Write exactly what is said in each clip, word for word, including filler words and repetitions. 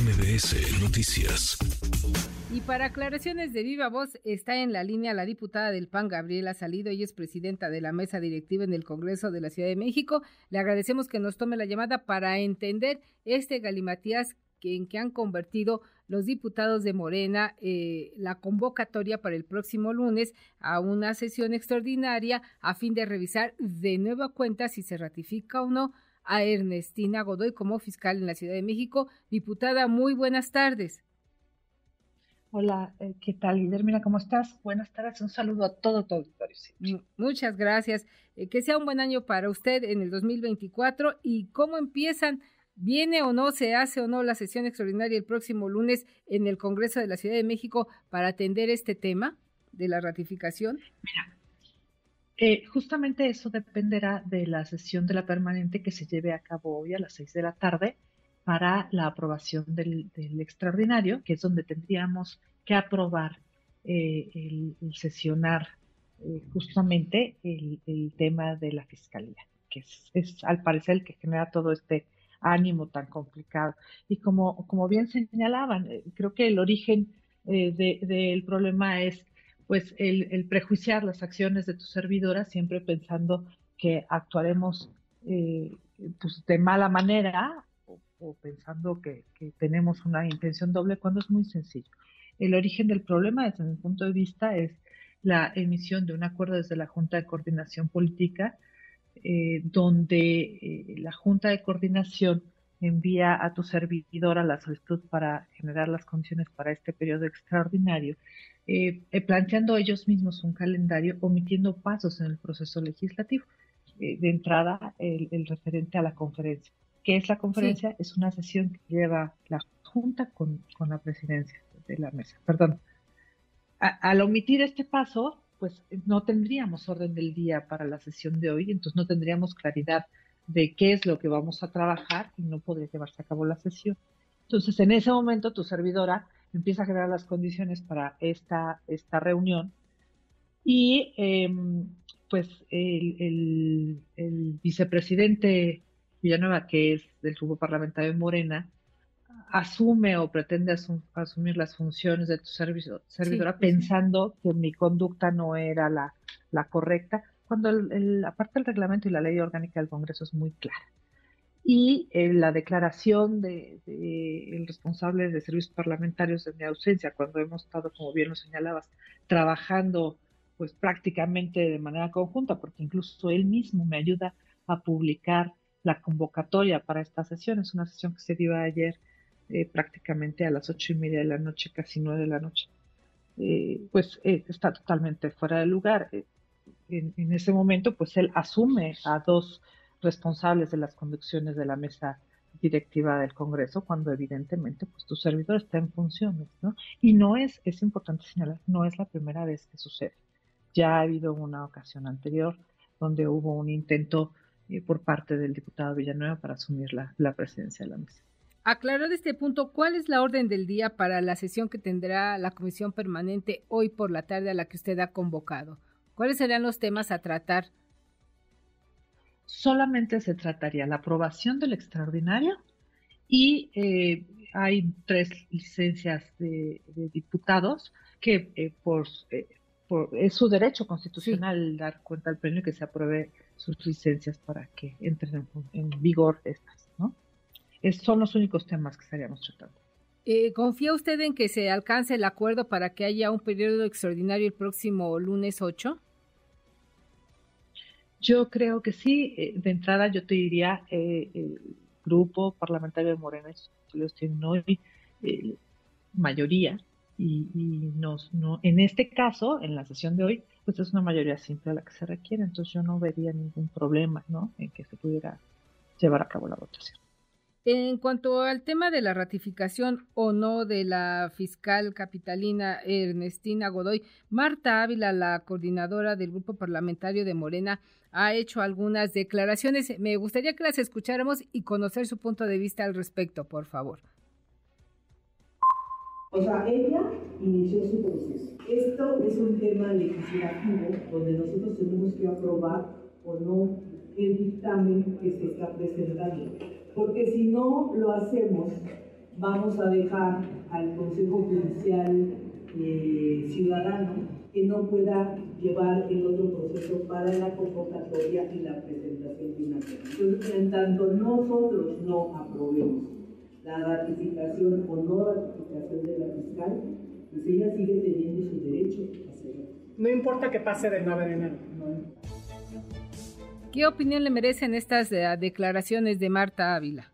M B S Noticias. Y para aclaraciones de viva voz, está en la línea la diputada del P A N, Gabriela Salido. Ella es presidenta de la mesa directiva en el Congreso de la Ciudad de México. Le agradecemos que nos tome la llamada para entender este galimatías que, en que han convertido los diputados de Morena eh, la convocatoria para el próximo lunes a una sesión extraordinaria a fin de revisar de nueva cuenta si se ratifica o no a Ernestina Godoy como fiscal en la Ciudad de México. Diputada, muy buenas tardes. Hola, eh, ¿qué tal, Guillermina? ¿Cómo estás? Buenas tardes, un saludo a todo tu auditorio. Sí. Muchas gracias. Eh, que sea un buen año para usted en el dos mil veinticuatro. ¿Y cómo empiezan? ¿Viene o no, se hace o no la sesión extraordinaria el próximo lunes en el Congreso de la Ciudad de México para atender este tema de la ratificación? Mira, eh, justamente eso dependerá de la sesión de la permanente que se lleve a cabo hoy a las seis de la tarde para la aprobación del, del extraordinario, que es donde tendríamos que aprobar eh, el, el sesionar eh, justamente el, el tema de la fiscalía, que es, es al parecer el que genera todo este ánimo tan complicado. Y como, como bien señalaban, eh, creo que el origen eh, de, del problema es pues el, el prejuiciar las acciones de tu servidora, siempre pensando que actuaremos eh, pues de mala manera, o pensando que, que tenemos una intención doble, cuando es muy sencillo. El origen del problema, desde mi punto de vista, es la emisión de un acuerdo desde la Junta de Coordinación Política, eh, donde eh, la Junta de Coordinación envía a tu servidora la solicitud para generar las condiciones para este periodo extraordinario, eh, eh, planteando ellos mismos un calendario, omitiendo pasos en el proceso legislativo. Eh, de entrada, el, el referente a la conferencia. ¿Qué es la conferencia? Sí. Es una sesión que lleva la Junta con, con la presidencia de la mesa. Perdón. A, al omitir este paso, pues no tendríamos orden del día para la sesión de hoy, entonces no tendríamos claridad de qué es lo que vamos a trabajar y no podría llevarse a cabo la sesión. Entonces, en ese momento, tu servidora empieza a generar las condiciones para esta, esta reunión y eh, pues el, el, el vicepresidente Villanueva, que es del grupo parlamentario de Morena, asume o pretende asum asumir las funciones de tu servicio, servidora, sí, pensando sí. que mi conducta no era la, la correcta, cuando el, el, aparte del reglamento y la ley orgánica del Congreso es muy clara. Y eh, la declaración de, de el responsable de servicios parlamentarios de mi ausencia, cuando hemos estado, como bien lo señalabas, trabajando pues prácticamente de manera conjunta, porque incluso él mismo me ayuda a publicar la convocatoria para esta sesión. Es una sesión que se dio ayer eh, prácticamente a las ocho y media de la noche, casi nueve de la noche. Eh, pues eh, está totalmente fuera de lugar. Eh, en, en ese momento, pues él asume a dos responsables de las conducciones de la mesa directiva del Congreso, cuando evidentemente pues tu servidor está en funciones, ¿no? Y no es, es importante señalar, no es la primera vez que sucede. Ya ha habido una ocasión anterior donde hubo un intento eh, por parte del diputado Villanueva para asumir la, la presidencia de la mesa. Aclarado este punto, ¿cuál es la orden del día para la sesión que tendrá la comisión permanente hoy por la tarde a la que usted ha convocado? ¿Cuáles serían los temas a tratar? Solamente se trataría la aprobación del extraordinario y eh, hay tres licencias de, de diputados que eh, por, eh, por, es su derecho constitucional sí. dar cuenta al pleno y que se apruebe sus licencias para que entren en, en vigor estas, ¿no? Es, son los únicos temas que estaríamos tratando. Eh, ¿Confía usted en que se alcance el acuerdo para que haya un periodo extraordinario el próximo lunes ocho? Yo creo que sí. Eh, de entrada yo te diría, eh, el grupo parlamentario de Morena, ellos tienen hoy eh, mayoría y, y nos, no, en este caso, en la sesión de hoy, pues es una mayoría simple a la que se requiere, entonces yo no vería ningún problema, ¿no?, en que se pudiera llevar a cabo la votación. En cuanto al tema de la ratificación o no de la fiscal capitalina Ernestina Godoy, Marta Ávila, la coordinadora del grupo parlamentario de Morena, ha hecho algunas declaraciones. Me gustaría que las escucháramos y conocer su punto de vista al respecto, por favor. O sea, ella inició su proceso. Esto es un tema legislativo donde nosotros tenemos que aprobar o no el dictamen que se está presentando. Porque si no lo hacemos, vamos a dejar al Consejo Judicial eh, Ciudadano que no pueda llevar el otro proceso para la convocatoria y la presentación de una queja. Entonces, en tanto nosotros no aprobemos la ratificación o no ratificación de la fiscal, pues ella sigue teniendo su derecho a hacerlo. No importa que pase del nueve de enero. No. ¿Qué opinión le merecen estas uh, declaraciones de Marta Ávila?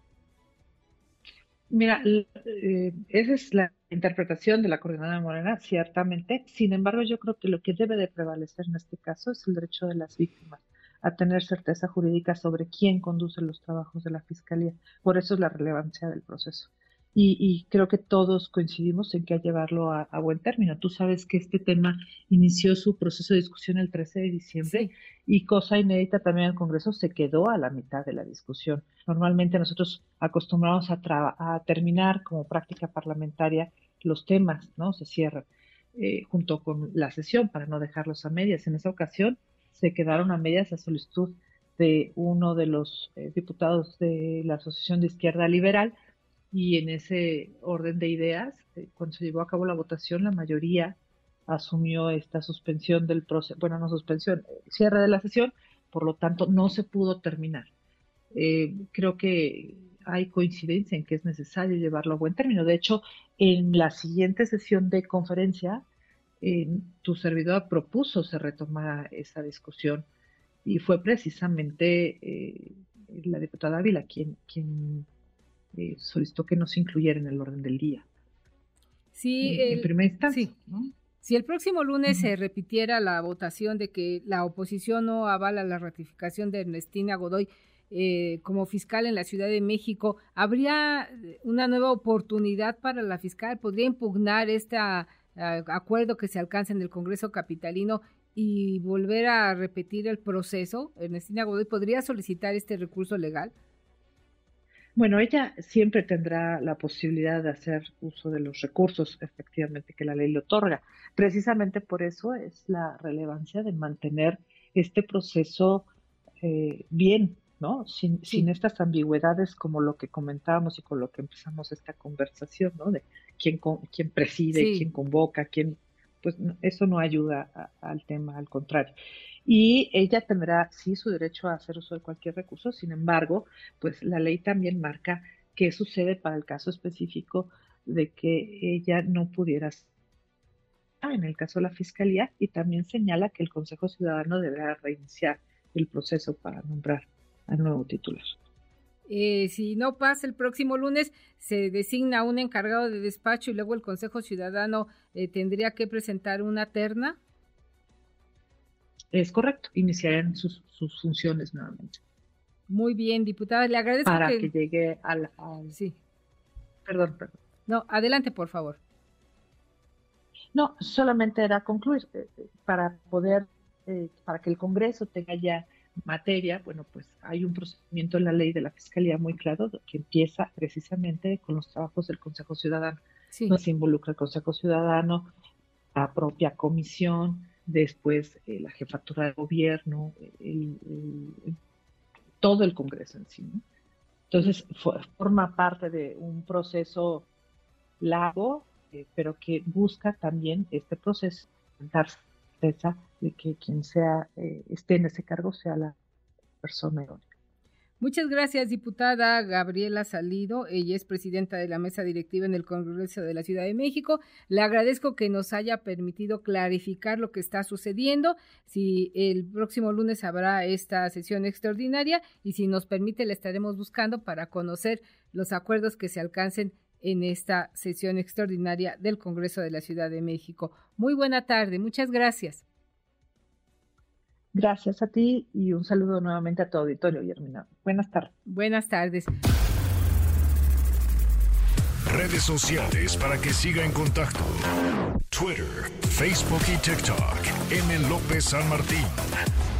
Mira, eh, esa es la interpretación de la coordinadora Morena, ciertamente. Sin embargo, yo creo que lo que debe de prevalecer en este caso es el derecho de las víctimas a tener certeza jurídica sobre quién conduce los trabajos de la Fiscalía. Por eso es la relevancia del proceso. Y, y creo que todos coincidimos en que hay que llevarlo a, a buen término. Tú sabes que este tema inició su proceso de discusión el trece de diciembre, sí, y cosa inédita también el Congreso se quedó a la mitad de la discusión. Normalmente nosotros acostumbramos a, tra- a terminar como práctica parlamentaria los temas, ¿no? Se cierran eh, junto con la sesión para no dejarlos a medias. En esa ocasión se quedaron a medias a solicitud de uno de los eh, diputados de la Asociación de Izquierda Liberal, y en ese orden de ideas, eh, cuando se llevó a cabo la votación, la mayoría asumió esta suspensión del proceso, bueno, no suspensión, cierre de la sesión, por lo tanto no se pudo terminar. Eh, creo que hay coincidencia en que es necesario llevarlo a buen término. De hecho, en la siguiente sesión de conferencia, eh, tu servidor propuso se retomara esa discusión y fue precisamente eh, la diputada Ávila quien, quien eh, solicitó que no se incluyera en el orden del día. Sí, en, el, en primera instancia, sí. ¿no? Si el próximo lunes uh-huh. se repitiera la votación de que la oposición no avala la ratificación de Ernestina Godoy eh, como fiscal en la Ciudad de México, ¿habría una nueva oportunidad para la fiscal? ¿Podría impugnar este uh, acuerdo que se alcanza en el Congreso capitalino y volver a repetir el proceso? ¿Ernestina Godoy podría solicitar este recurso legal? Bueno, ella siempre tendrá la posibilidad de hacer uso de los recursos, efectivamente, que la ley le otorga. Precisamente por eso es la relevancia de mantener este proceso eh, bien, ¿no? Sin, sí. sin estas ambigüedades como lo que comentábamos y con lo que empezamos esta conversación, ¿no? De quién, quién preside, sí. quién convoca, quién... Pues no, eso no ayuda a, al tema, al contrario. Y ella tendrá, sí, su derecho a hacer uso de cualquier recurso, sin embargo, pues la ley también marca qué sucede para el caso específico de que ella no pudiera estar en el caso de la Fiscalía, y también señala que el Consejo Ciudadano deberá reiniciar el proceso para nombrar al nuevo titular. Eh, si no pasa el próximo lunes, se designa un encargado de despacho y luego el Consejo Ciudadano eh, tendría que presentar una terna. Es correcto, iniciarán sus, sus funciones nuevamente. Muy bien, diputada, le agradezco para que... que llegue al, al... Sí. Perdón, perdón. No, adelante, por favor. No, solamente era concluir, eh, para poder, eh, para que el Congreso tenga ya materia, bueno, pues hay un procedimiento en la ley de la Fiscalía muy claro que empieza precisamente con los trabajos del Consejo Ciudadano. Sí. No se involucra el Consejo Ciudadano, la propia comisión, después eh, la jefatura de gobierno, el, el, el, todo el Congreso en sí, ¿no? Entonces for, forma parte de un proceso largo, eh, pero que busca también este proceso dar certeza de que quien sea eh, esté en ese cargo sea la persona idónea. Muchas gracias, diputada Gabriela Salido. Ella es presidenta de la mesa directiva en el Congreso de la Ciudad de México. Le agradezco que nos haya permitido clarificar lo que está sucediendo, si el próximo lunes habrá esta sesión extraordinaria y si nos permite le estaremos buscando para conocer los acuerdos que se alcancen en esta sesión extraordinaria del Congreso de la Ciudad de México. Muy buena tarde, muchas gracias. Gracias a ti y un saludo nuevamente a tu auditorio, Guillermina. Buenas tardes. Buenas tardes. Redes sociales para que siga en contacto: Twitter, Facebook y TikTok. M. López San Martín.